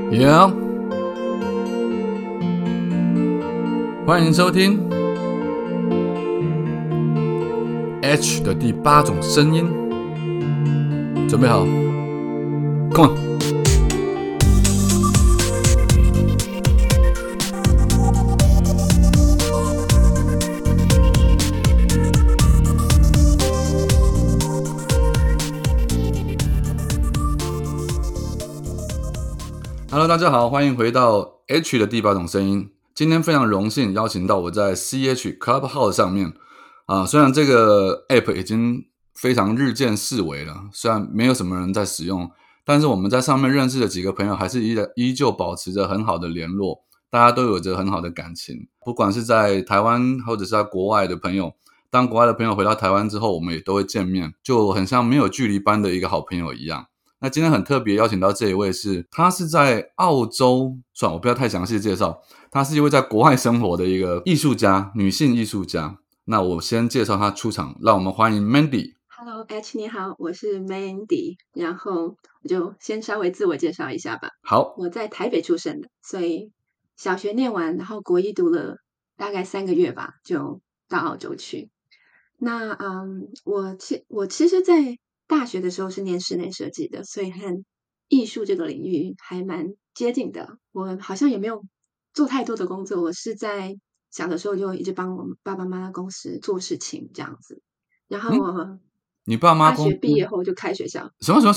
Yeah， 欢迎收听 H 的第8种声音，准备好 ，Come on。Hello， 大家好，欢迎回到 H 的第8种声音。今天非常荣幸邀请到我在 CH Clubhouse 上面虽然这个 App 已经非常日渐式微了，虽然没有什么人在使用，但是我们在上面认识的几个朋友还是依旧保持着很好的联络，大家都有着很好的感情。不管是在台湾或者是在国外的朋友，当国外的朋友回到台湾之后，我们也都会见面，就很像没有距离般的一个好朋友一样。那今天很特别邀请到这一位他是在澳洲，算了我不要太详细的介绍，他是一位在国外生活的一个艺术家，女性艺术家。那我先介绍她出场，让我们欢迎 Mandy。Hello H 你好，我是 Mandy， 然后我就先稍微自我介绍一下吧。 好， 我在台北出生的，所以小学念完，然后国一读了大概3个月吧，就到澳洲去。那我其实在大学的时候是念室内设计的，所以和艺术这个领域还蛮接近的。我好像也没有做太多的工作，我是在小的时候就一直帮我们爸爸妈妈公司做事情这样子。然后我你爸妈大学毕业后就开学校， 什么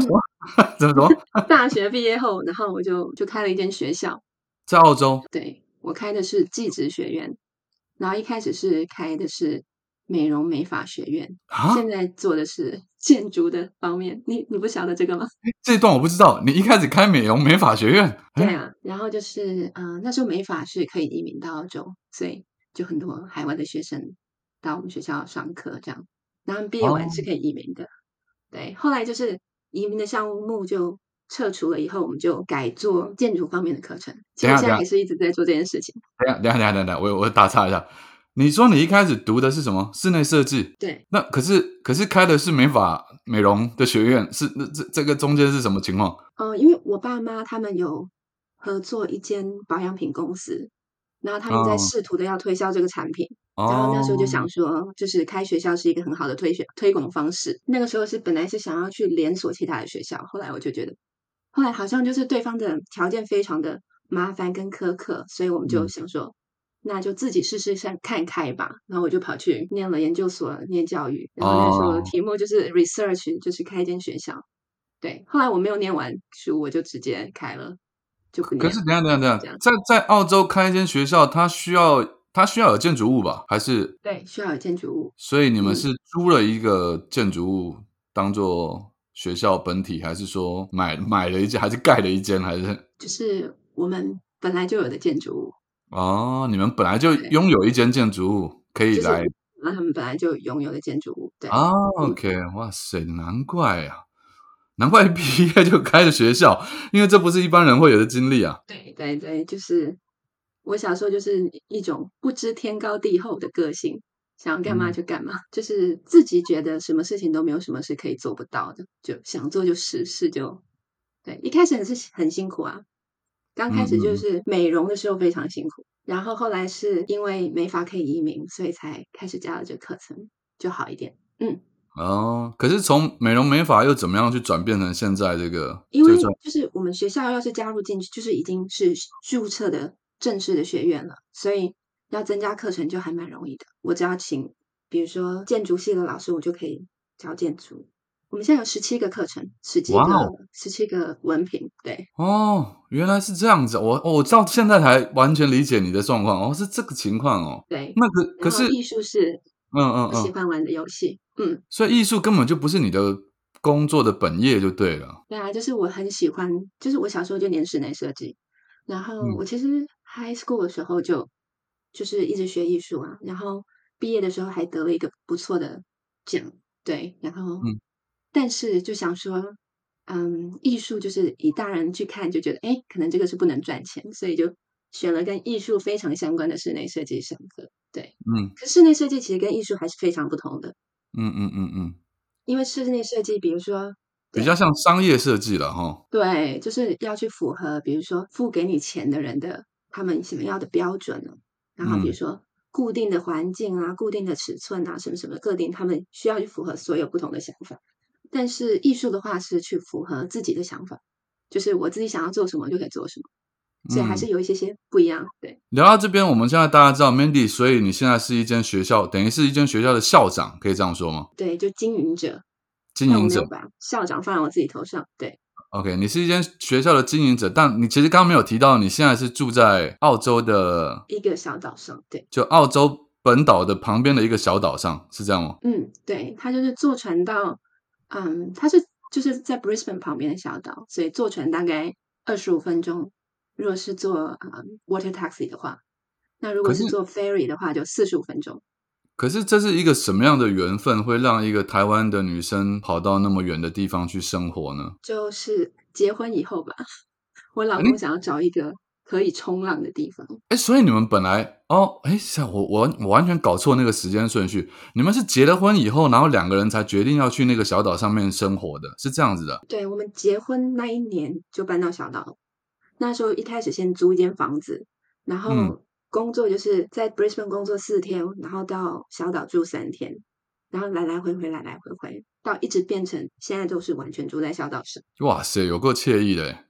大学毕业后，然后我就开了一间学校， 在澳洲。 对，我开的是技职学院，然后一开始是开的是美容美发学院，现在做的是建筑的方面。你不晓得这个吗？ 这一段我不知道。你一开始开美容美发学院？ 对啊，然后就是那时候美发是可以移民到澳洲，所以就很多海外的学生到我们学校上课这样，然后毕业完是可以移民的。对，后来就是移民的项目就撤除了以后，我们就改做建筑方面的课程。其实我现在还是一直在做这件事情。 等一下，我打岔一下。你说你一开始读的是什么？室内设计。 对。 那可是开的是美发美容的学院，是这个中间是什么情况？ 因为我爸妈他们有合作一间保养品公司，然后他们在试图的要推销这个产品。然后那时候就想说，就是开学校是一个很好的推广方式。那个时候本来是想要去连锁其他的学校，后来我就觉得，后来好像就是对方的条件非常的麻烦跟苛刻，所以我们就想说，那就自己试试看开吧。然后我就跑去念了研究所，念教育。然后那时候题目就是 research，就是开一间学校。对，后来我没有念完书，我就直接开了，就不念了。 可是等一下，在澳洲开一间学校，它需要有建筑物吧？还是？ 对，需要有建筑物。 所以你们是租了一个建筑物当做学校本体，还是说买了一间，还是盖了一间，还是？ 就是我们本来就有的建筑物。 你们本来就拥有一间建筑物可以来。 那他们本来就拥有的建筑物。对。 OK， 哇塞，难怪毕业就开了学校，因为这不是一般人会有的经历啊。 对，就是我小时候就是一种不知天高地厚的个性，想要干嘛就干嘛，就是自己觉得什么事情都没有什么是可以做不到的，就想做就试就。对，一开始很辛苦啊，刚开始就是美容的时候非常辛苦，然后后来是因为美发可以移民，所以才开始加了这课程，就好一点。 可是从美容美发又怎么样去转变成现在这个？ 因为就是我们学校要是加入进去，就是已经是注册的正式的学院了，所以要增加课程就还蛮容易的。我只要请，比如说建筑系的老师，我就可以教建筑。我们现在有17个课程，17个文凭。对。 原来是这样子。我到现在才完全理解你的状况。是这个情况。 对。 那可是艺术是我喜欢玩的游戏。 所以艺术根本就不是你的工作的本业就对了。 对啊，就是我很喜欢，就是我小时候就念室内设计，然后我其实 high school 的时候就是一直学艺术啊，然后毕业的时候还得了一个不错的奖。对，然后但是就想说，艺术就是以大人去看就觉得，可能这个是不能赚钱，所以就选了跟艺术非常相关的室内设计上课。对。可是室内设计其实跟艺术还是非常不同的。因为室内设计，比如说比较像商业设计了齁。 对，就是要去符合比如说付给你钱的人的他们想要的标准了。然后比如说固定的环境啊、固定的尺寸啊，什么什么各定，他们需要去符合所有不同的想法。但是艺术的话是去符合自己的想法，就是我自己想要做什么就可以做什么，所以还是有一些不一样。对， 聊到这边，我们现在大家知道 Mandy， 所以你现在是一间学校，等于是一间学校的校长，可以这样说吗？ 对，就经营者。 经营者。 但我没有把校长放在我自己头上。对。 OK， 你是一间学校的经营者，但你其实刚刚没有提到，你现在是住在澳洲的一个小岛上。对， 就澳洲本岛的旁边的一个小岛上，是这样吗？ 对，它就是坐船到，它是就是在 Brisbane 旁边的小岛，所以坐船大概25分钟。如果是坐water taxi 的话，那如果可是是坐 ferry 的话，就45分钟。 可是这是一个什么样的缘分，会让一个台湾的女生跑到那么远的地方去生活呢？ 就是结婚以后吧，我老诶公想要找一个可以冲浪的地方。 所以你们本来我完全搞错那个时间顺序。你们是结了婚以后，然后2个人才决定要去那个小岛上面生活的，是这样子的？ 对，我们结婚那一年就搬到小岛。那时候一开始先租一间房子，然后工作就是在 Brisbane 工作4天，然后到小岛住3天，然后来来回回，来来回回，到一直变成现在都是完全住在小岛上。 哇塞，有够惬意的耶。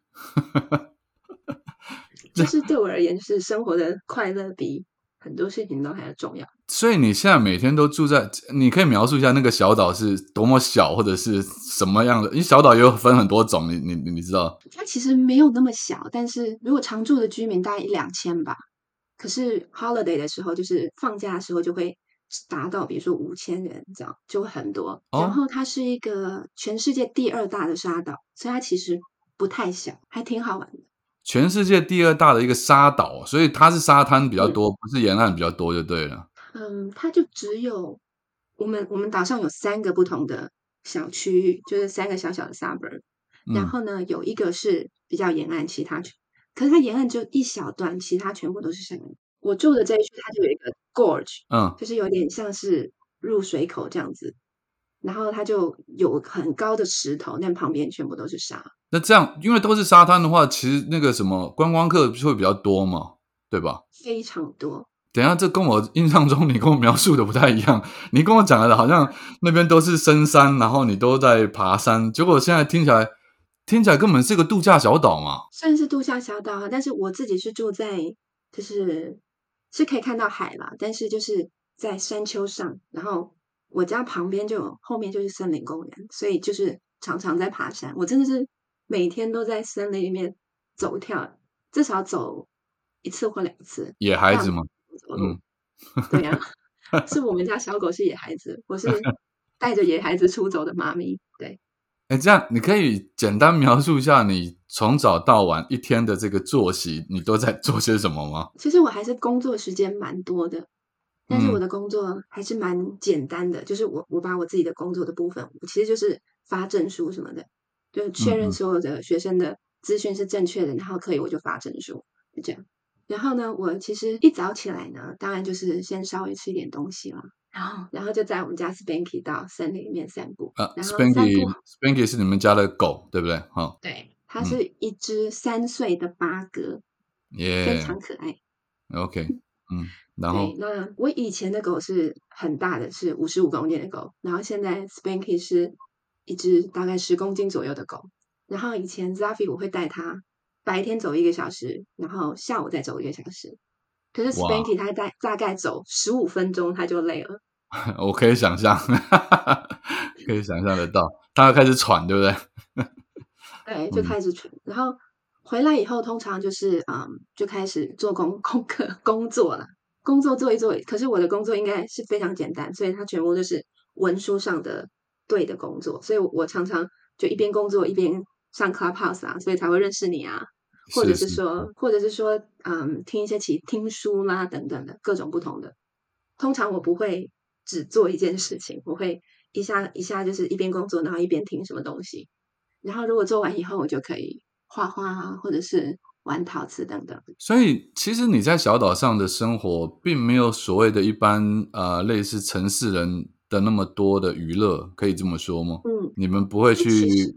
就是对我而言，就是生活的快乐比很多事情都还要重要。 所以你现在每天都住在，你可以描述一下那个小岛是多么小，或者是什么样的？因为小岛也有分很多种，你知道？ 它其实没有那么小，但是如果常住的居民大概1-2千吧。可是 holiday 的时候，就是放假的时候就会达到，比如说5000人这样，就很多。然哦， 后它是一个全世界第2大的沙岛，所以它其实不太小，还挺好玩的。 全世界第2大的一个沙岛，所以它是沙滩比较嗯多，不是沿岸比较多就对了。 它就只有我们岛上有3个不同的小区域，就是3个小小的 suburb。然嗯后呢，有一个是比较沿岸，可是它沿岸就一小段，其他全部都是山。我住的这一区，它就有一个 gorge， 嗯， 就是有点像是入水口这样子，然后它就有很高的石头，但旁边全部都是沙。 那这样因为都是沙滩的话，其实那个什么观光客就会比较多嘛，对吧？ 非常多。 等一下，这跟我印象中你跟我描述的不太一样。你跟我讲的好像那边都是深山，然后你都在爬山，结果现在听起来根本是个度假小岛嘛。 算是度假小岛啊，但是我自己是住在就是可以看到海啦，但是就是在山丘上，然后我家旁边后面就是森林公园，所以就是常常在爬山。我真的是每天都在森林里面走跳，至少走1次或2次。 野孩子嘛。 走路。 嗯。 对呀，是我们家小狗是野孩子，我是带着野孩子出走的妈咪。对。 这样你可以简单描述一下你从早到晚一天的这个作息，你都在做些什么吗？ 其实我还是工作时间蛮多的，但是我嗯的工作还是蛮简单的，就是我把我自己的工作的部分，我其实就是发证书什么的，就是确认嗯嗯所有的学生的资讯是正确的，然后可以我就发证书，就这样。然后呢，我其实一早起来呢，当然就是先稍微吃一点东西了，然后就在我们家 Spanky 到森林里面散步，然后散步。 Spanky 是你们家的狗，对不对？哈， 对，它嗯， 是一只3岁的八哥，非耶常可爱。 ，OK，然对， 后那我以前的狗是很大的，是55公斤的狗，然后现在 Spanky 是一只大概10公斤左右的狗。然后以前 Zaffy 我会带它白天走1个小时，然后下午再走1个小时。可是哇， Spanky 它大概走15分钟它就累了。 我可以想象，可以想象得到，它要开始喘，对不对？ 对，就嗯开始存，然后回来以后，通常就是就开始做功课工作了，工作做一做。可是我的工作应该是非常简单，所以它全部都是文书上的对的工作，所以我常常就一边工作一边上 Clubhouse 啊，所以才会认识你啊，或者是是， 是说，听一些听书啦等等的各种不同的。通常我不会只做一件事情，我会一下一下就是一边工作，然后一边听什么东西。然后如果做完以后，我就可以画画啊，或者是玩陶瓷等等。 所以其实你在小岛上的生活，并没有所谓的一般类似城市人的那么多的娱乐，可以这么说吗？ 嗯， 你们不会其实去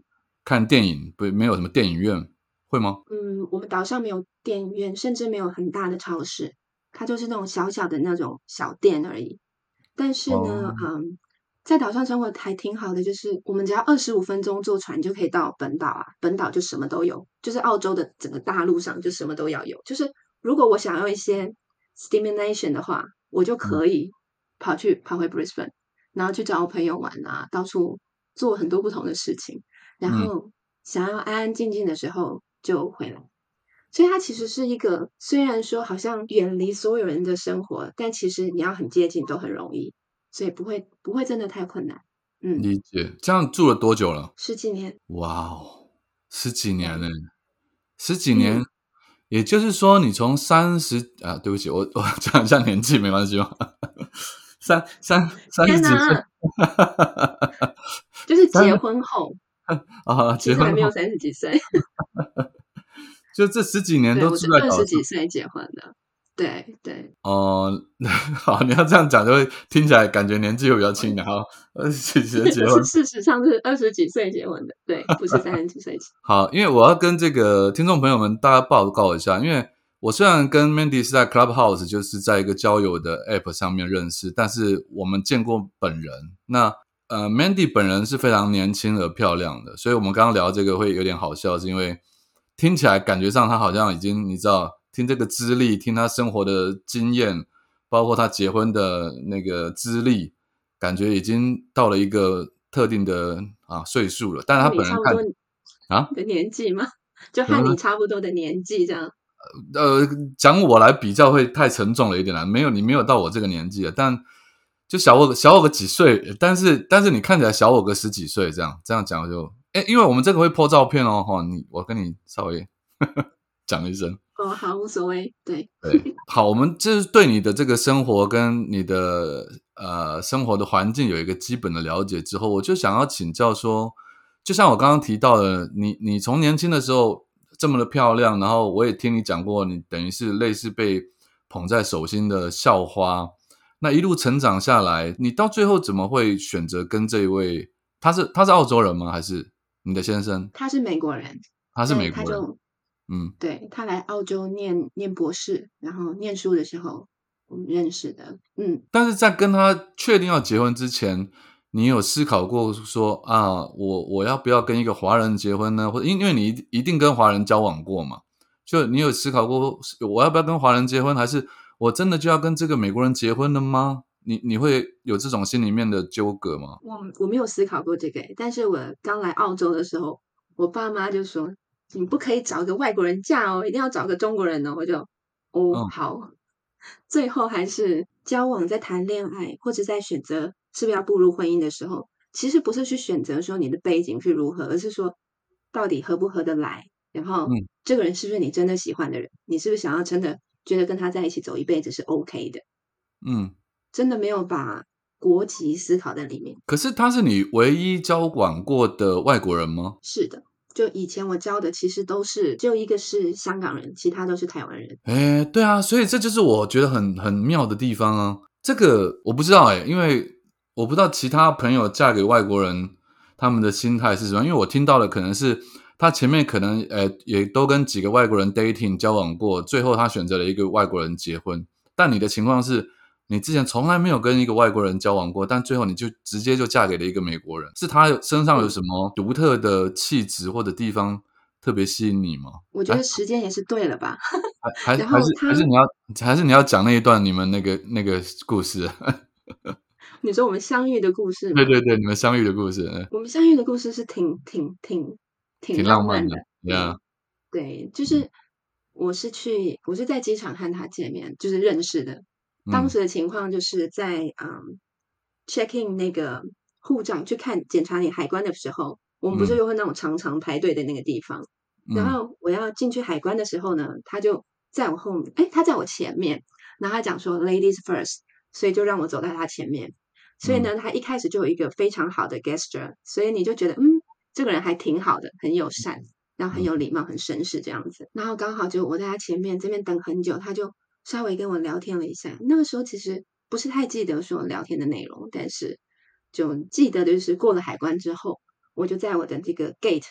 看电影，不没有什么电影院，会吗？ 我们岛上没有电影院，甚至没有很大的超市，它就是那种小小的那种小店而已。但是呢， 哦， 在岛上生活还挺好的，就是我们只要25分钟坐船就可以到本岛啊，本岛就什么都有，就是澳洲的整个大陆上就什么都要有。就是如果我想要一些 stimulation 的话，我就嗯可以跑回 Brisbane，然后去找我朋友玩啊，到处做很多不同的事情。然嗯， 后想要安安静静的时候就回来。所以它其实是一个，虽然说好像远离所有人的生活，但其实你要很接近都很容易，所以不会真的太困难。 理解。这样住了多久了？ 十几年， 哇哦，十几年对， 呢，十几年， 嗯， 也就是说你从30啊，对不起，我讲一下年纪没关系吗？三十天几岁， 哪，就是结三婚后， 啊， 其实还没有结婚后， 30几岁。 就这十几年对， 都我是二住在岛上。 十几岁结婚的，对对。 哦，好，你要这样讲就会听起来感觉年纪会比较轻的，好20几岁结婚。 是事实上是20几岁结婚的，对，不是30几岁结。 好，因为我要跟这个听众朋友们大家报告一下，因为我虽然跟 Mandy 是在 Clubhouse，就是在一个交友的 App 上面认识，但是我们见过本人。那Mandy 本人是非常年轻而漂亮的，所以我们刚刚聊这个会有点好笑，是因为听起来感觉上他好像已经你知道，听这个资历，听他生活的经验，包括他结婚的那个资历，感觉已经到了一个特定的岁数了，但是他跟你本人看差不多啊。 的年纪吗？就和你可能差不多的年纪这样。 呃，讲我来比较会太沉重了一点啦，没有你没有到我这个年纪了，但就小我个几岁，但是你看起来小我个十几岁，这样讲就，因为我们这个会 po 照片哦，哈，我跟你稍微讲一声， 哦，好，无所谓，对。 对，好，我们就是对你的这个生活跟你的生活的环境有一个基本的了解之后，我就想要请教说，就像我刚刚提到的，你从年轻的时候这么的漂亮，然后我也听你讲过，你等于是类似被捧在手心的校花，那一路成长下来，你到最后怎么会选择跟这一位，他是澳洲人吗？还是你的先生？ 他是美国人， 他是但美国人， 他就嗯。 对，他来澳洲念博士，然后念书的时候我们认识的。 但是在跟他确定要结婚之前，你有思考过说啊，我要不要跟一个华人结婚呢？或者因为你一定跟华人交往过嘛，就你有思考过我要不要跟华人结婚，还是我真的就要跟这个美国人结婚了吗？你会有这种心里面的纠葛吗？ 我没有思考过这个但是我刚来澳洲的时候，我爸妈就说你不可以找个外国人嫁哦，一定要找个中国人哦。我就嗯好，最后还是交往在谈恋爱或者在选择是不是要步入婚姻的时候，其实不是去选择说你的背景是如何，而是说到底合不合得来，然后嗯这个人是不是你真的喜欢的人，你是不是想要真的觉得跟他在一起走一辈子是 OK 的， 嗯。 真的没有把国籍思考在里面。 可是他是你唯一交往过的外国人吗？ 是的，就以前我教的其实都是只有一个是香港人，其他都是台湾人。 对啊，所以这就是我觉得很妙的地方啊。这个我不知道因为我不知道其他朋友嫁给外国人他们的心态是什么，因为我听到的可能是他前面可能也都跟几个外国人 dating 交往过，最后他选择了一个外国人结婚。但你的情况是你之前从来没有跟一个外国人交往过，但最后你就直接就嫁给了一个美国人，是他身上有嗯， 什么独特的气质或者地方特别吸引你吗？ 我觉得时间也是对了吧。 还然还是还后他， 是你要还是你要讲那一段你们那个故事？ 你说我们相遇的故事吗？ 对对对，你们相遇的故事， 我们相遇的故事是挺挺浪漫的浪漫的。 ，Yeah， 对，就嗯是我是在机场和他见面，就是认识的。当嗯时的情况就是在check in 那个护照去检查你海关的时候，我们不是嗯又会那种长长排队的那个地方。然嗯后我要进去海关的时候呢，他就在我后面，哎，他在我前面，然后他讲说 ladies first，所以就让我走在他前面。所以嗯呢，他一开始就有一个非常好的 gesture，所以你就觉得这个人还挺好的，很友善。然后很嗯有礼貌、很绅士这样子。然后刚好就我在他前面这边等很久，他就稍微跟我聊天了一下。那个时候其实不是太记得说聊天的内容，但是就记得的就是过了海关之后，我就在我的这个 gate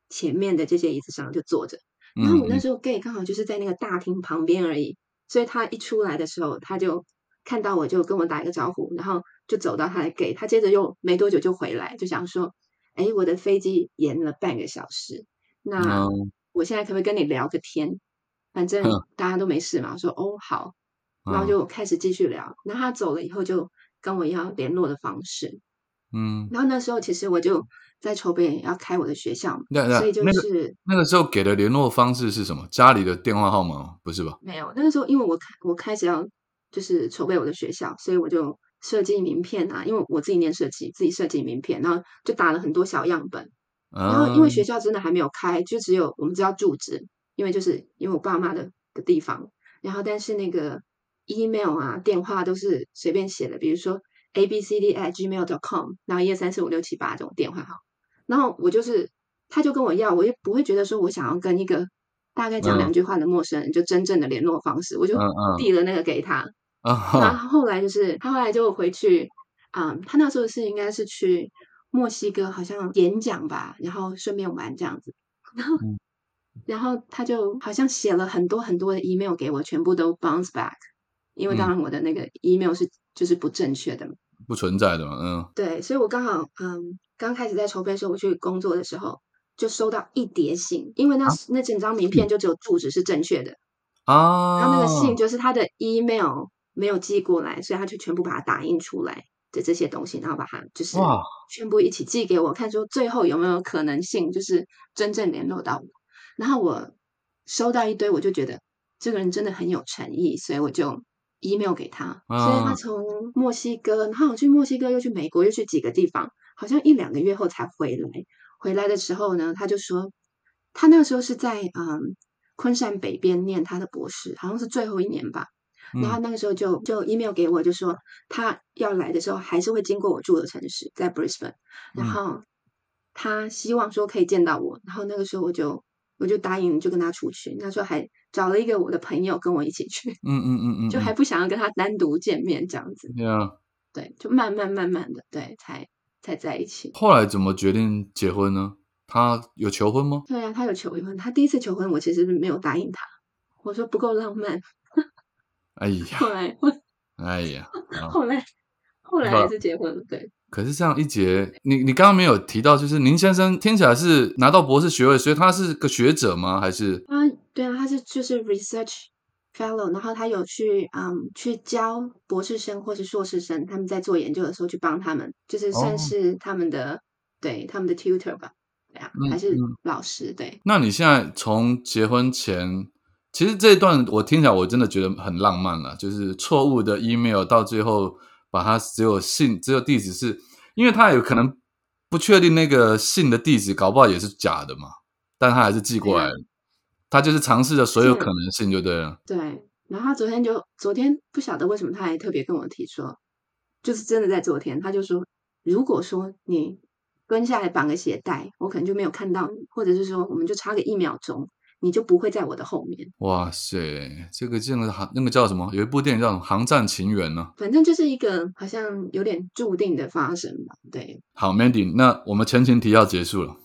前面的这些椅子上就坐着。然后我那时候 gay 刚好就是在那个大厅旁边而已，所以他一出来的时候，他就看到我就跟我打一个招呼，然后就走到他的 gate，他接着又没多久就回来，就想说，哎，我的飞机延了半个小时，那我现在可不可以跟你聊个天？反正大家都没事嘛。我说哦好，然后就开始继续聊。然后他走了以后，就跟我要联络的方式。然后那时候其实我就在筹备要开我的学校嘛，所以就是那个时候给的联络方式是什么？家里的电话号码吗？不是吧？ 没有，那个时候因为我开始要就是筹备我的学校，所以我就设计名片啊，因为我自己念设计，自己设计名片，然后就打了很多小样本。然后因为学校真的还没有开，就只有我们知道住址，因为我爸妈的地方，然后但是那个 email 啊、电话都是随便写的，比如说 abcd@gmail.com，然后123456788这种电话号。然后他就跟我要，我也不会觉得说我想要跟一个大概讲2句话的陌生人就真正的联络方式，我就递了那个给他。然后后来就是他后来就回去，他那时候应该是去墨西哥好像演讲吧，然后顺便玩这样子。然后他就好像写了很多很多的 email 给我，全部都 bounce back，因为当然我的那个 email 就是不正确的嘛， 不存在的嘛。 对，所以我刚好刚开始在筹备的时候，我去工作的时候就收到一叠信，因为那整张名片就只有住址是正确的，然后那个信就是他的 email 没有寄过来，所以他就全部把它打印出来的这些东西，然后把它就是全部一起寄给我，看说最后有没有可能性就是真正联络到我。然后我收到一堆，我就觉得这个人真的很有诚意，所以我就 email 给他。所以他从墨西哥，然后我去墨西哥，又去美国，又去几个地方，好像1-2个月后才回来。回来的时候呢，他就说他那个时候是在昆山北边念他的博士，好像是最后1年吧。然后那个时候就 email 给我，就说他要来的时候还是会经过我住的城市，在 Brisbane，然后他希望说可以见到我。然后那个时候我就答应，就跟他出去。那时候还找了一个我的朋友跟我一起去，就还不想要跟他单独见面这样子。对，就慢慢的，对，才在一起。 后来怎么决定结婚呢？他有求婚吗？ 对啊，他有求婚。他第一次求婚，我其实没有答应他，我说不够浪漫。 哎呀，哎呀， 后来还是结婚了。对。 可是这样一结，你刚刚没有提到，就是林先生听起来是拿到博士学位，所以他是个学者吗？还是？ 对啊，他就是 research fellow， 然后他有去教博士生或是硕士生，他们在做研究的时候去帮他们，就是算是他们的tutor 吧。对啊，还是老师。对。 那你现在从结婚前，其实这一段我听起来我真的觉得很浪漫了，就是错误的 email 到最后把它只有地址是，因为他有可能不确定那个信的地址，搞不好也是假的嘛，但他还是寄过来了。他就是尝试了所有可能性就对了。 对，然后他昨天不晓得为什么他还特别跟我提说，就是真的在昨天，他就说，如果说你蹲下来绑个鞋带，我可能就没有看到你，或者是说我们就差个1秒钟，你就不会在我的后面。 哇塞，这个那个叫什么？有一部电影叫什么《航站情缘》呢？ 反正就是一个好像有点注定的发生吧。对。 好 ，Mandy， 那我们前情提要结束了。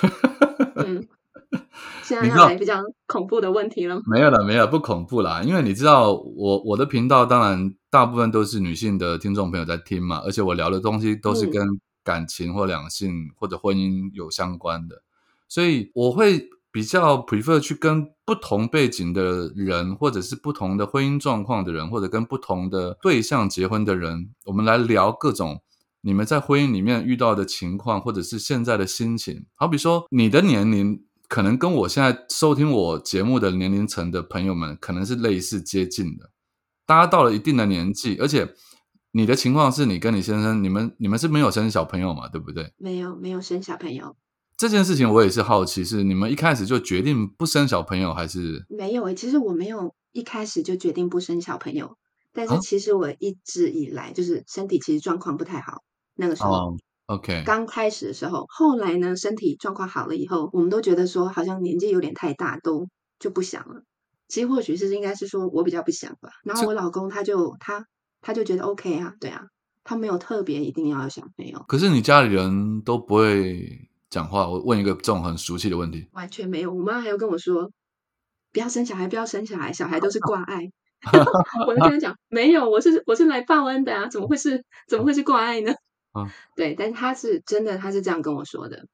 现在要来比较恐怖的问题了。 没有，不恐怖啦。因为你知道，我的频道当然大部分都是女性的听众朋友在听嘛，而且我聊的东西都是跟感情或两性或者婚姻有相关的，所以我会比较 prefer 去跟不同背景的人，或者是不同的婚姻状况的人，或者跟不同的对象结婚的人，我们来聊各种你们在婚姻里面遇到的情况，或者是现在的心情。好比说你的年龄可能跟我现在收听我节目的年龄层的朋友们可能是类似接近的，大家到了一定的年纪，而且你的情况是你跟你先生，你们是没有生小朋友嘛，对不对？ 没有生小朋友。 这件事情我也是好奇，是你们一开始就决定不生小朋友，还是？ 没有其实我没有一开始就决定不生小朋友，但是其实我一直以来就是身体其实状况不太好，那个时候。 OK， 刚开始的时候，后来呢，身体状况好了以后，我们都觉得说好像年纪有点太大，就不想了。其实或许应该是说我比较不想吧。然后我老公他就觉得 OK 啊，对啊，他没有特别一定要有小朋友。 可是你家里人都不会讲话？我问一个这种很俗气的问题。 完全没有。我妈还有跟我说，不要生小孩，不要生小孩，小孩都是挂碍。我就跟他讲，没有，我是来报恩的啊，怎么会是挂碍呢？ 啊对，但是他是真的，他是这样跟我说的。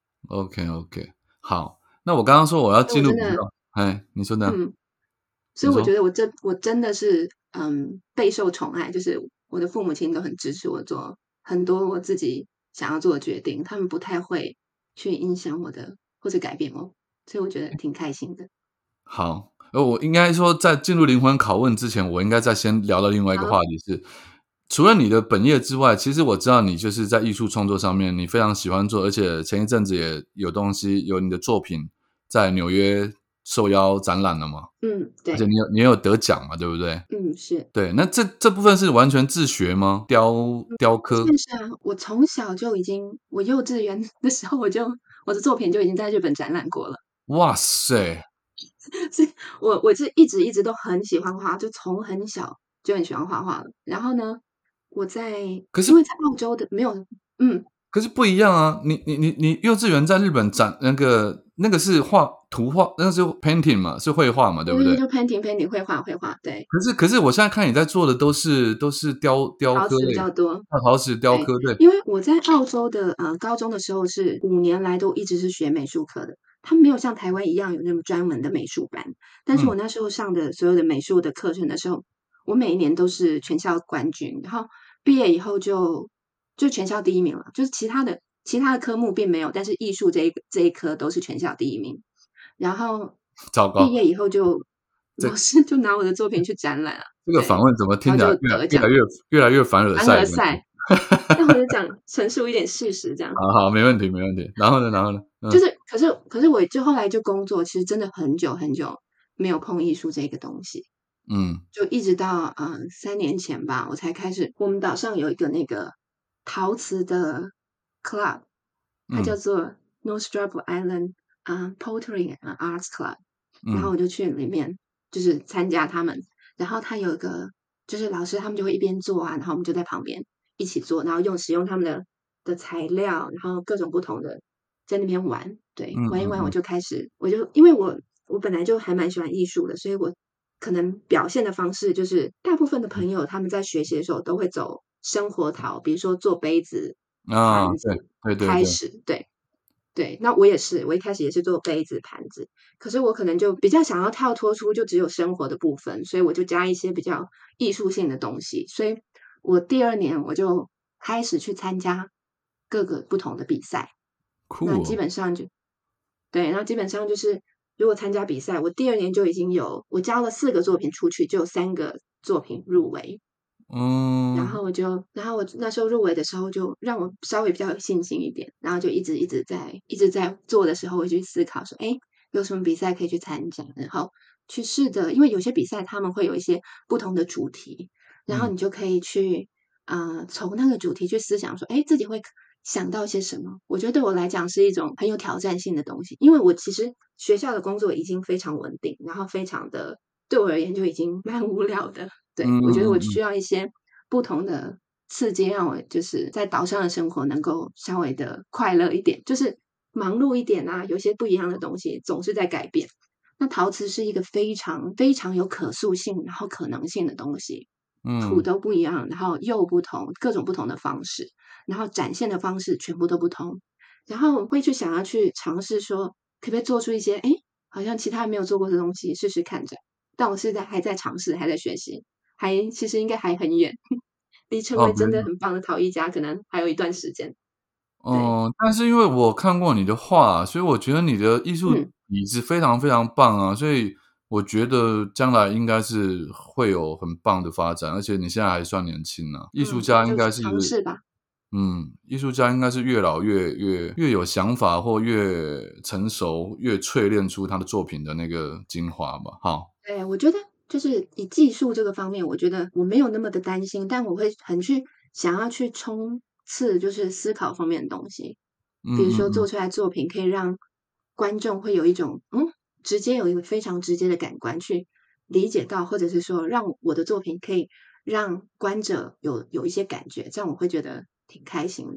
，OK OK，好，那我刚刚说我要进入比所以我真的， 较，哎，你说呢？ 嗯，所你说以我觉得我真的是备受宠爱，就是我的父母亲都很支持我做很多我自己想要做的决定，他们不太会去影响我的或者改变我，所以我觉得挺开心的。 好，我应该说在进入灵魂拷问之前，我应该再先聊到另外一个好， 话题是，除了你的本业之外，其实我知道你就是在艺术创作上面，你非常喜欢做，而且前一阵子也有东西，有你的作品在纽约受邀展览了嘛， 嗯， 而且对， 你也有得奖嘛，对不对？ 嗯，是。 对，那这部分是完全自学吗？雕刻？ 算是啊，我从小就已经，我幼稚园的时候我的作品就已经在日本展览过了， 哇塞！ 所以我是一直都很喜欢画，就从很小就很喜欢画画了。然后呢， 可是因为在澳洲的没有，嗯， 可是不一样啊！你幼稚园在日本展那个是图画，那个是 painting 嘛，是绘画嘛，对不对？ 对对对，就 painting 绘画，对， 可是我现在看你在做的都是雕陶瓷比刻类， 较多。 陶瓷雕对， 刻，对， 因为我在澳洲的高中的时候是5年来都一直是学美术课的，他们没有像台湾一样有那么专门的美术班。但是嗯， 我那时候上的所有的美术的课程的时候，我每一年都是全校冠军，然后毕业以后就全校第一名了。就是其他的科目并没有，但是艺术这一科都是全校第一名。然后糟糕， 毕业以后就这老师就拿我的作品去展览啊， 这个访对， 问怎么听起来然后就得奖， 越来越凡尔凡赛的感觉？ 尔赛。那我就讲陈述一点事实，这样。 好好，没问题没问题。然后呢？嗯就是可是我就后来就工作，其实真的很久很久没有碰艺术这个东西， 嗯就一直到3年前吧，我才开始。我们岛上有一个那个陶瓷的 club，它叫嗯做 Nostrap Island Pottery and Arts Club，然后嗯我就去里面就是参加他们，然后他有一个就是老师他们就会一边做啊，然后我们就在旁边一起做，然后使用他们的材料，然后各种不同的在那边玩，对，玩一玩我嗯嗯嗯就开始，因为我本来就还蛮喜欢艺术的，所以我可能表现的方式就是大部分的朋友他们在学习的时候都会走生活陶，比如说做杯子、 啊，对盘子对对对， 开始，对。对，那我也是，我一开始也是做杯子、盘子，可是我可能就比较想要跳脱出就只有生活的部分，所以我就加一些比较艺术性的东西。所以我第二年我就开始去参加各个不同的比赛，那基酷哦， 本上就对，然后基本上就是如果参加比赛，我第二年就已经我交了4个作品出去，就有3个作品入围。 嗯然后我那时候入围的时候，就让我稍微比较有信心一点，然后就一直在做的时候，我就去思考说，哎，有什么比赛可以去参加，然后去试着，因为有些比赛他们会有一些不同的主题，然后嗯你就可以去从那个主题去思想说，哎，自己会想到些什么？我觉得对我来讲是一种很有挑战性的东西，因为我其实学校的工作已经非常稳定，然后非常的对我而言就已经蛮无聊的。对， 嗯我觉得我嗯嗯， 需要一些不同的刺激，让我就是在岛上的生活能够稍微的快乐一点，就是忙碌一点啊，有些不一样的东西总是在改变。那陶瓷是一个非常非常有可塑性，然后可能性的东西，土嗯都不一样，然后又不同，各种不同的方式，然后展现的方式全部都不同，然后会去想要去尝试说，可不可以做出一些，诶，好像其他人没有做过的东西，试试看着。但我还在尝试，还在学习，其实应该还很远，离成哦， 为真的很棒的陶艺家，可能还有一段时间。对， 但是因为我看过你的画，所以我觉得你的艺术嗯底子非常非常棒啊，所以我觉得将来应该是会有很棒的发展，而且你现在还算年轻呢，艺术嗯，就家应该是尝试吧。 艺术家应该是越老越有想法，或越成熟，越淬炼出他的作品的那个精华吧。好， 对，我觉得就是以技术这个方面，我觉得我没有那么的担心，但我会想要去冲刺，就是思考方面的东西。比如嗯嗯嗯说做出来作品可以让观众会有一种直接有一个非常直接的感官去理解到，或者是说让我的作品可以让观者有一些感觉，这样我会觉得挺开心的。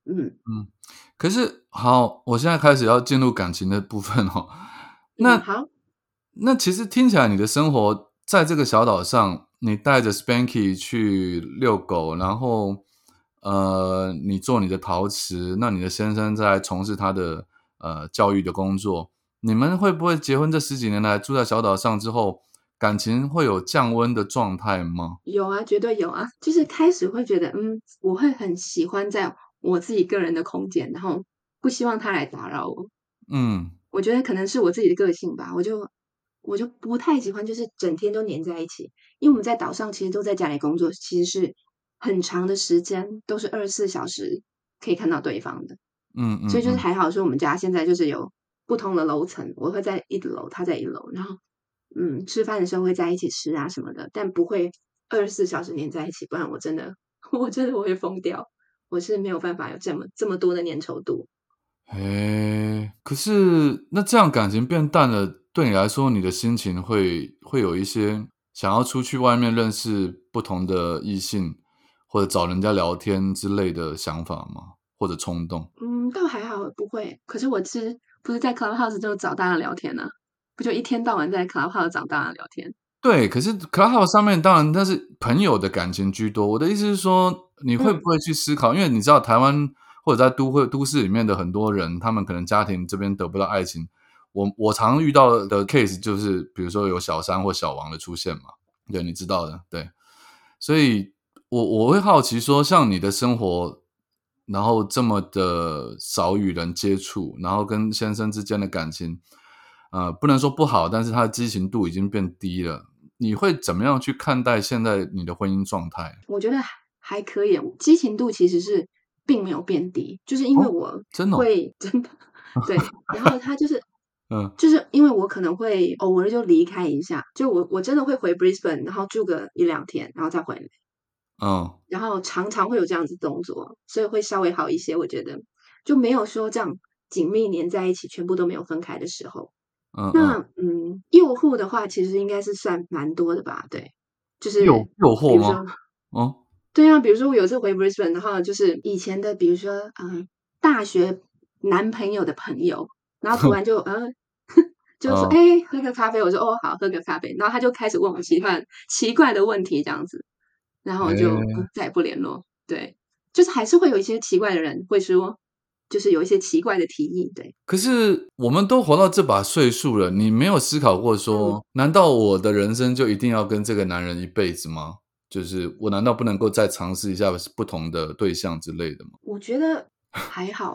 可是好，我现在开始要进入感情的部分哦。那好。 那其实听起来你的生活在这个小岛上，你带着 Spanky 去遛狗，然后你做你的陶瓷，那你的先生在从事他的教育的工作。你们会不会结婚这10几年来住在小岛上之后，感情会有降温的状态吗？ 有啊，绝对有啊。就是开始会觉得，我会很喜欢在我自己个人的空间，然后不希望他来打扰我。 嗯我觉得可能是我自己的个性吧，我就不太喜欢就是整天都黏在一起，因为我们在岛上其实都在家里工作，其实是很长的时间都是24小时可以看到对方的。所以就是嗯嗯嗯。 还好说我们家现在就是有不同的楼层，我会在1楼，他在1楼，然后吃饭的时候会在一起吃啊什么的，但不会24小时黏在一起，不然我真的我会疯掉，我是没有办法有这么多的粘稠度。 可是那这样感情变淡了，对你来说，你的心情会有一些想要出去外面认识不同的异性，或者找人家聊天之类的想法吗？或者冲动？ 倒还好，不会。可是不是在 Clubhouse 就找大家聊天呢？不就一天到晚在 Clubhouse 找大家聊天？ 对，可是 Clubhouse 上面当然那是朋友的感情居多。我的意思是说，你会不嗯会去思考？因为你知道台湾或者在都市里面的很多人，他们可能家庭这边得不到爱情。我常遇到的 case 就是，比如说有小三或小王的出现嘛，对，你知道的，对。所以我会好奇说，像你的生活，然后这么的少与人接触，然后跟先生之间的感情，不能说不好，但是他的激情度已经变低了。你会怎么样去看待现在你的婚姻状态？ 我觉得还可以，激情度其实是并没有变低，就是因为哦， 我真的哦？ 会真的对，然后他就是嗯， 就是因为我可能会偶尔就离开一下，就我真的会回 Brisbane，然后住个1、2天，然后再回来， 嗯， 然后常常会有这样子动作，所以会稍微好一些，我觉得就没有说这样紧密黏在一起，全部都没有分开的时候。 嗯嗯， 那诱惑的话，其实应该是算蛮多的吧？对，就是比诱惑吗？ 如说， 哦， 对啊，比如说我有次回 Brisbane，然后就是以前的，比如说大学男朋友的朋友，然后突然就就说哦， 哎、喝个咖啡，我说哦好，喝个咖啡，然后他就开始问我奇怪的问题这样子，然后我就诶。 再也不联络。对，就是还是会有一些奇怪的人会说，就是有一些奇怪的提议。对， 可是我们都活到这把岁数了，你没有思考过嗯。 说，难道我的人生就一定要跟这个男人一辈子吗？就是我难道不能够再尝试一下不同的对象之类的吗？ 我觉得还好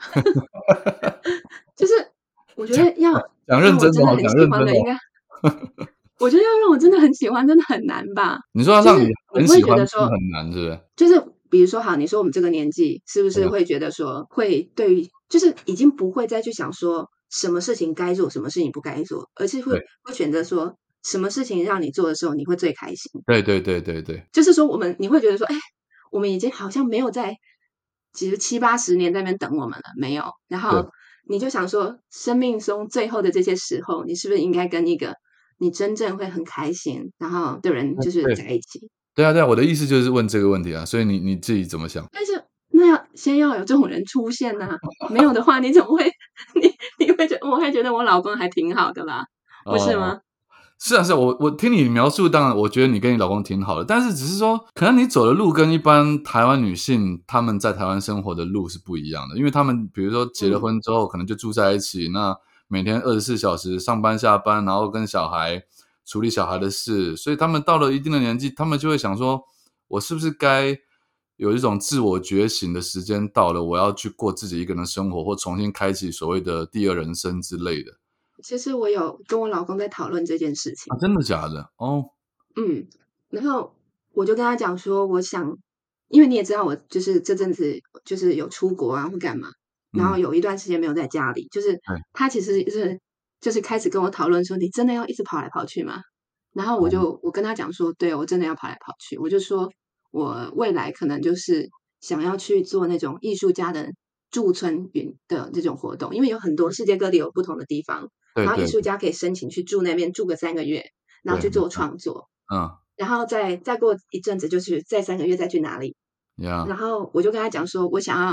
就是我觉得要讲认真的哦， 让我真的很讲认真的哦。 喜欢的，应该我觉得要让我真的很喜欢，真的很难吧？ 你说要让你就是你不会很喜欢觉得说， 是很难，是不是？ 就是比如说好，你说我们这个年纪是不对啊， 是会觉得说，会对于就是已经不会再去想说什么事情该做，什么事情不该做，而是会对， 会选择说什么事情让你做的时候你会最开心。 对对对对对就是说你会觉得说，哎，我们已经好像没有在其实7、80年在那边等我们了，没有。然对， 后你就想说，生命中最后的这些时候，你是不是应该跟一个你真正会很开心，然后的人就是对， 在一起？ 对啊对啊，我的意思就是问这个问题啊，所以你自己怎么想？ 但是那先要有这种人出现呐、没有的话，你怎么会我会觉得我老公还挺好的啦，不是哦。 吗？ 是啊，是啊，我听你描述，当然我觉得你跟你老公挺好的，但是只是说，可能你走的路跟一般台湾女性她们在台湾生活的路是不一样的，因为她们比如说结了嗯。 婚之后，可能就住在一起，那每天24小时上班下班，然后跟小孩处理小孩的事，所以她们到了一定的年纪，她们就会想说，我是不是该有一种自我觉醒的时间到了，我要去过自己一个人的生活，或重新开启所谓的第二人生之类的其实我有跟我老公在讨论这件事啊？ 情。 真的假的？哦， 嗯，然后我就跟他讲说，我想，因为你也知道，我就是这阵子就是有出国啊，或干嘛，然后嗯， 有一段时间没有在家里，就是对， 他其实就是开始跟我讨论说，你真的要一直跑来跑去吗？然后哦， 我跟他讲说，对我真的要跑来跑去，我就说我未来可能就是想要去做那种艺术家的驻村云的这种活动，因为有很多世界各地有不同的地方，然后艺对对术家可以申请去住那边住个3个月，然后对， 去做创作。 嗯， 然后再过一阵子，就是再3个月再去哪里。 呀， 然后我就跟他讲说，我想要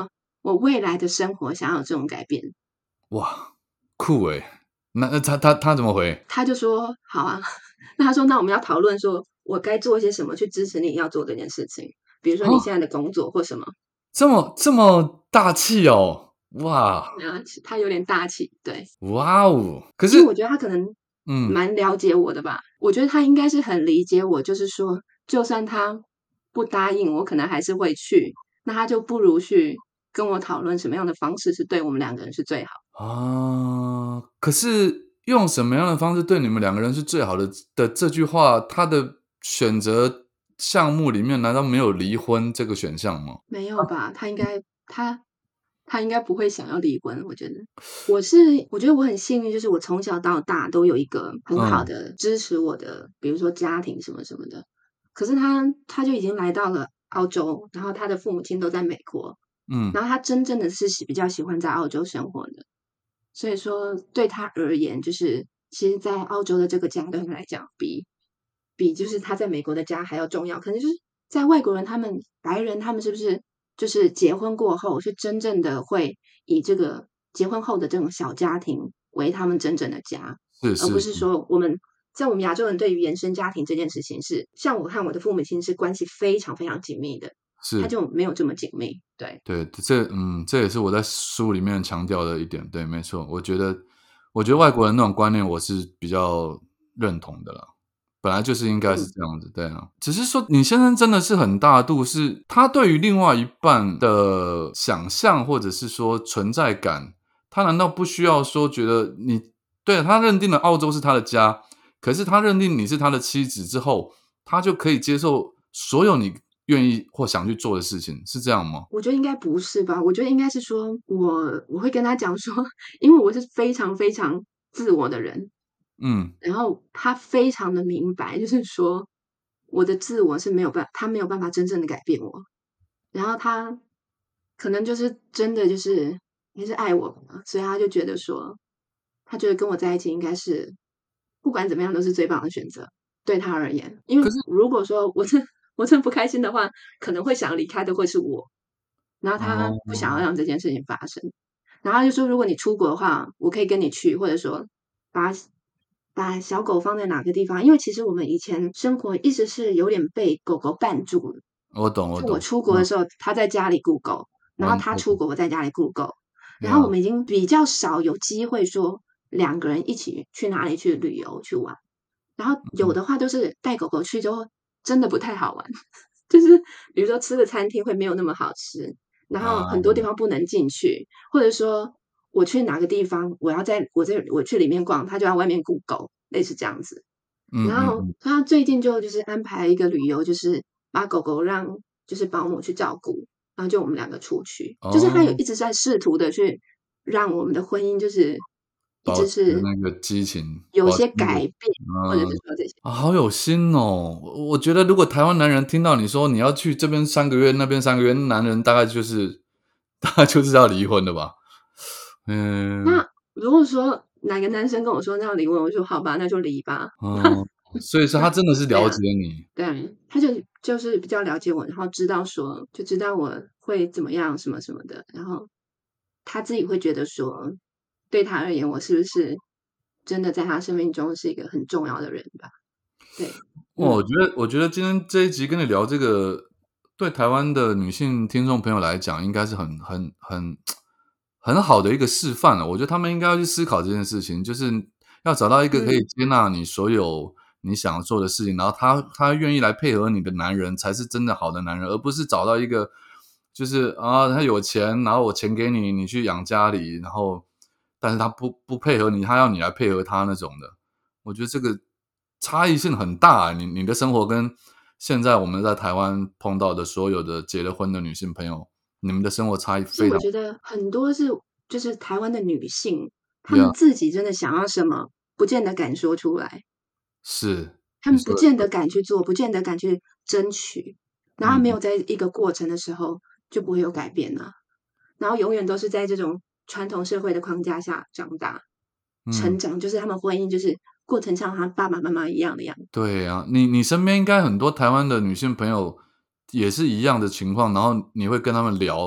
我未来的生活想要有这种改变。 哇，酷诶。那他怎么回？ 他就说好啊，那他说那我们要讨论说我该做些什么去支持你要做这件事情，比如说你哦， 现在的工作或什么。 这么大气哦，哇他有点大气，对。 哇哦！可是， 因为我觉得他可能嗯， 蛮了解我的吧，我觉得他应该是很理解我，就是说，就算他不答应，我可能还是会去，那他就不如去跟我讨论什么样的方式是对我们两个人是最好。 啊，可是用什么样的方式对你们两个人是最好的这句话，他的选择项目里面难道没有离婚这个选项吗？ 没有吧？他应该不会想要离婚，我觉得。我觉得我很幸运，就是我从小到大都有一个很好嗯的支持我的，比如说家庭什么什么的。可是他就已经来到了澳洲，然后他的父母亲都在美国， 嗯， 然后他真正的是比较喜欢在澳洲生活的。所以说对他而言，就是其实在澳洲的这个家对他来讲，比就是他在美国的家还要重要。可能就是在外国人他们白人他们是不是就是结婚过后是真正的会以这个结婚后的这种小家庭为他们真正的家，而不是是是是说像我们亚洲人对于原生家庭这件事情是，像我和我的父母亲是关系非常非常紧密的，他是。 就没有这么紧密。对。 对，这也是我在书里面强调的一点，对，没错。我觉得外国人那种观念我是比较认同的啦，本来就是应该是嗯。 这样子，对啊。只是说你先生真的是很大度，是他对于另外一半的想象或者是说存在感，他难道不需要说觉得你对，他认定了澳洲是他的家，可是他认定你是他的妻子之后，他就可以接受所有你愿意或想去做的事情，是这样吗？ 我觉得应该不是吧，我觉得应该是说我会跟他讲说，因为我是非常非常自我的人， 嗯， 然后他非常的明白，就是说我的自我是他没有办法真正的改变我，然后他可能就是真的就是也是爱我吧，所以他就觉得说，他觉得跟我在一起应该是不管怎么样都是最棒的选择，对他而言。因为可是如果说我真不开心的话，可能会想离开的会是我，然后他不想要哦， 让这件事情发生。然后他就说，如果你出国的话，我可以跟你去，或者说把把小狗放在哪个地方。因为其实我们以前生活一直是有点被狗狗绊住了。 我懂我就我懂， 出国的时候，他在家里顾狗，然后他我懂， 出国，我在家里顾狗。然后我呀， 们已经比较少有机会说两个人一起去哪里去旅游去玩。然后有嗯， 的话都是带狗狗去就真的不太好玩，就是比如说吃的餐厅会没有那么好吃，然后很多啊， 地方不能进去，或者说我去哪个地方，我去里面逛，他就在外面顾狗，类似这样子。然后嗯嗯嗯， 他最近就是安排一个旅游，就是把狗狗让就是保姆去照顾，然后就我们两个出去，就是他有哦， 一直在试图的去让我们的婚姻就是一保持直是那个激情， 有些保持那个改变，或者是说这些。 啊，好有心哦！我觉得如果台湾男人听到你说你要去这边3个月，那边3个月，男人大概就是要离婚的吧？嗯， 那如果说哪个男生跟我说那要离婚，我就说好吧，那就离吧。 哦，所以说他真的是了解对啊， 你， 对，他就是比较了解我，然后知道我会怎么样什么什么的，然后他自己会觉得说，对他而言，我是不是真的在他生命中是一个很重要的人吧？对。 哦，我嗯。 觉得我觉得今天这一集跟你聊这个，对台湾的女性听众朋友来讲，应该是很好的一个示范了。我觉得他们应该要去思考这件事情，就是要找到一个可以嗯。 接纳你所有你想要做的事情，然后他愿意来配合你的男人，才是真的好的男人，而不是找到一个就是啊，他有钱，然后我钱给你，你去养家里，然后但是他不配合你，他要你来配合他那种的。我觉得这个差异性很大啊，你的生活跟现在我们在台湾碰到的所有的结了婚的女性朋友，你们的生活差异其实非常我觉得很多就是台湾的女性，她们 ，yeah， 自己真的想要什么，不见得敢说出来。 是， 他们不你说的见得敢去做，不见得敢去争取，然后没嗯有在一个过程的时候，就不会有改变啊。然后永远都是在这种传统社会的框架下长大、成嗯， 长，就是他们婚姻就是过成像他爸爸妈妈一样的样子。 对啊，你身边应该很多台湾的女性朋友也是一样的情况，然后你会跟他们聊，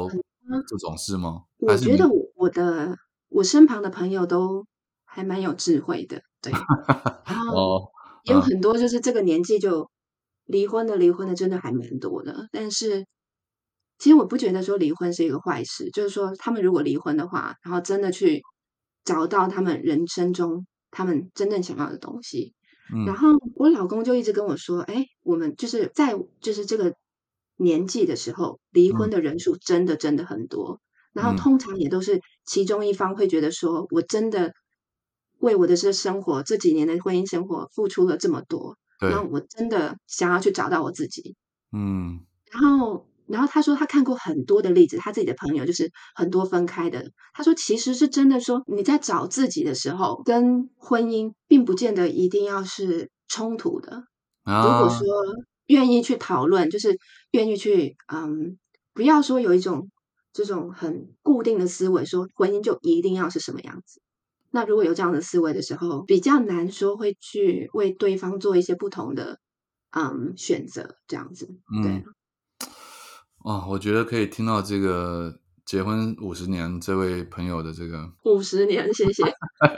这种事吗？还是你我觉得我身旁的朋友都还蛮有智慧的，对。然后哦， 也有很多就是这个年纪就离婚的真的还蛮多的。但是其实我不觉得说离婚是一个坏事，就是说他们如果离婚的话，然后真的去找到他们人生中他们真正想要的东西。然嗯后我老公就一直跟我说：“哎，我们就是在就是这个年纪的时候，离婚嗯的人数真的很多。然后嗯， 通常也都是其中一方会觉得说，我真的为我的生活这几年的婚姻生活付出了这么多，那对， 我真的想要去找到我自己。” 嗯然后他说他看过很多的例子，他自己的朋友就是很多分开的。他说其实是真的说你在找自己的时候，跟婚姻并不见得一定要是冲突的。如果说啊， 愿意去讨论，就是愿意去不要说有一种这种很固定的思维，说婚姻就一定要是什么样子。那如果有这样的思维的时候，比较难说会去为对方做一些不同的选择，这样子，对啊。 嗯。哦，我觉得可以听到这个结婚50年这位朋友的这个 50年，谢谢。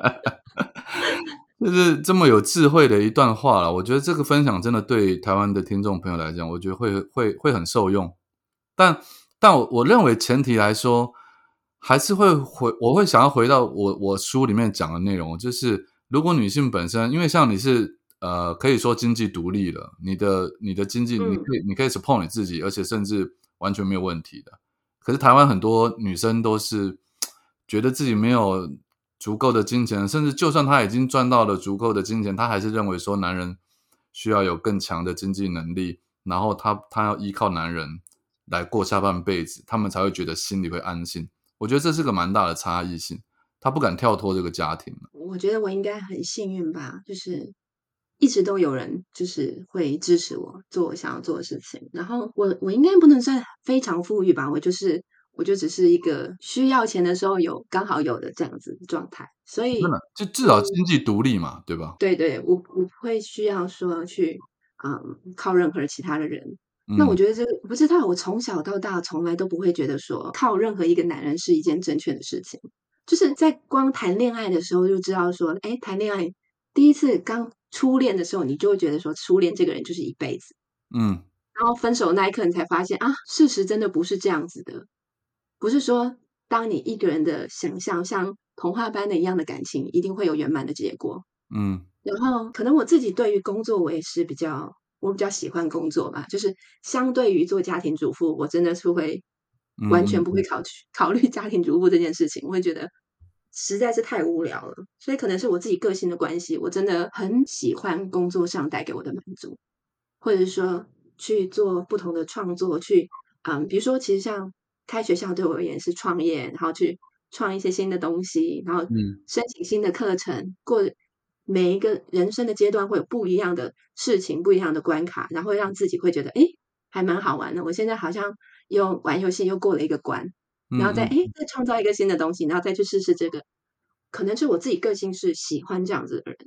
就是这么有智慧的一段话了。我觉得这个分享真的对台湾的听众朋友来讲，我觉得会很受用。但我认为前提来说，还是我会想要回到我书里面讲的内容，就是如果女性本身，因为像你是可以说经济独立了，你的经济嗯， 你可以 support 你自己，而且甚至完全没有问题的。可是台湾很多女生都是觉得自己没有足够的金钱，甚至就算她已经赚到了足够的金钱，她还是认为说男人需要有更强的经济能力，然后她要依靠男人来过下半辈子，他们才会觉得心里会安心。我觉得这是个蛮大的差异性，她不敢跳脱这个家庭。 我觉得我应该很幸运吧，就是一直都有人就是会支持我做我想要做的事情。然后我应该不能算非常富裕吧，我就只是一个需要钱的时候刚好有的这样子的状态。所以， 真的，就至少经济独立嘛，对吧？ 对对，我不会需要说去靠任何其他的人。那我嗯觉得这个不知道，我从小到大从来都不会觉得说靠任何一个男人是一件正确的事情。就是在光谈恋爱的时候就知道说，哎，谈恋爱第一次刚初恋的时候，你就会觉得说初恋这个人就是一辈子。 嗯然后分手那一刻，你才发现啊，事实真的不是这样子的。不是说当你一个人的想象像童话般的一样的感情，一定会有圆满的结果。 嗯然后可能我自己对于工作，我比较喜欢工作吧，就是相对于做家庭主妇，我真的是会完全不会嗯嗯考虑家庭主妇这件事情，我会觉得实在是太无聊了。所以可能是我自己个性的关系，我真的很喜欢工作上带给我的满足。或者是说去做不同的创作，比如说其实像开学校对我而言是创业，然后去创一些新的东西，然后嗯申请新的课程，每一个人生的阶段会有不一样的事情、不一样的关卡，然后会让自己会觉得，诶，还蛮好玩的。我现在好像又玩游戏又过了一个关，然后嗯再创造一个新的东西，然后再去试试这个。可能是我自己个性是喜欢这样子的人，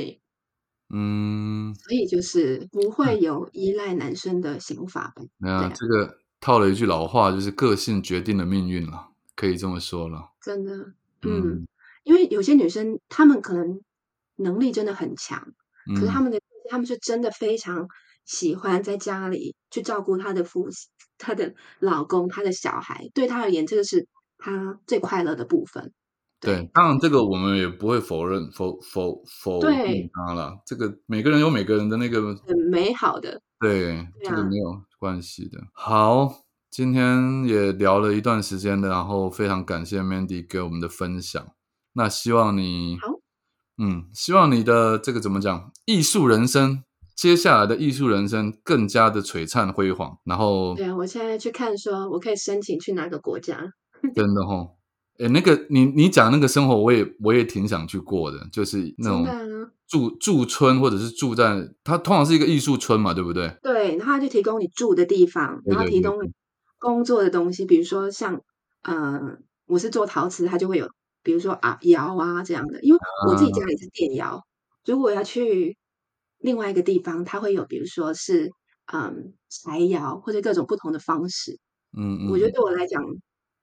嗯， 所以就是不嗯。 会有依赖男生的想法吧。对那啊， 这个套了一句老话，就是“个性决定了命运”了，可以这么说了。 真的， 嗯因为有些女生她们可能能力真的很强，可是嗯她们是真的非常喜欢在家里去照顾她的老公、她的小孩，对她而言，这个是她最快乐的部分。 对， 对， 当然这个我们也不会否定对， 它了。这个每个人有每个人的那个很美好的， 对， 对啊， 这个没有关系的。好，今天也聊了一段时间了，然后非常感谢 Mandy 给我们的分享。那好。 希望你的这个怎么讲，艺术人生，接下来的艺术人生更加的璀璨辉煌，然后对啊，我现在去看说我可以申请去哪个国家。 真的吼，诶，那个你讲那个生活，我也挺想去过的，就是那种真的啊， 驻村或者是住在它通常是一个艺术村嘛，对不对？ 对，然后他就提供你住的地方， 对然后提供你对对对， 工作的东西，比如说像，我是做陶瓷，它就会有，比如说窑啊这样的。因为我自己家啊， 里是电窑，如果要去另外一个地方，它会有比如说是柴窑或者各种不同的方式。我觉得嗯嗯嗯， 对我来讲，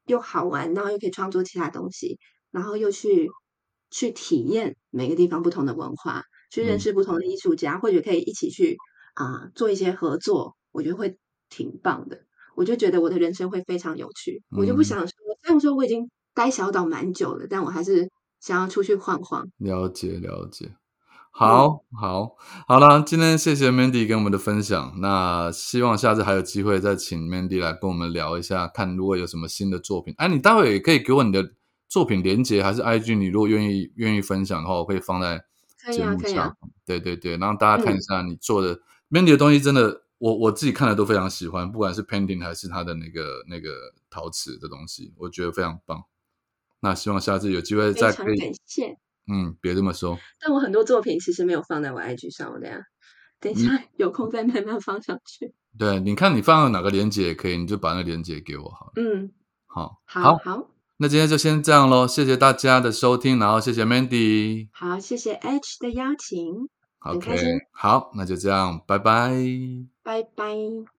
又好玩，然后又可以创作其他东西，然后又去体验每个地方不同的文化，去认嗯识不同的艺术家，或者可以一起去做一些合作，我觉得会挺棒的。我就觉得我的人生会非常有趣，我就不嗯， 想说，虽然说我已经待小岛蛮久了，但我还是想要出去晃晃。 了解了解。 嗯， 好，好，好啦，今天谢谢 Mandy 跟我们的分享，那希望下次还有机会再请 Mandy 来跟我们聊一下，看如果有什么新的作品。哎，你待会也可以给我你的作品连结，还是 IG，你如果愿意分享的话，我可以放在可以啊， 节目可以啊。 下方。对对对，让大家看一嗯， 下你做的 Mandy 的东西，真的我自己看的都非常喜欢，不管是 painting 还是他的那个陶瓷的东西，我觉得非常棒。那希望下次有机会非常再可以， 感谢。 别这么说。 但我很多作品其实没有放在我 IG 上，我等一下你有空再慢慢放上去。 对，你看你放到哪个链接也可以，你就把那个链接给我好了。 嗯， 好，好， 好好那今天就先这样咯，谢谢大家的收听，然后谢谢 Mandy。 好，谢谢 H 的邀请，很 OK， 开心， 好，那就这样，拜拜。 拜拜。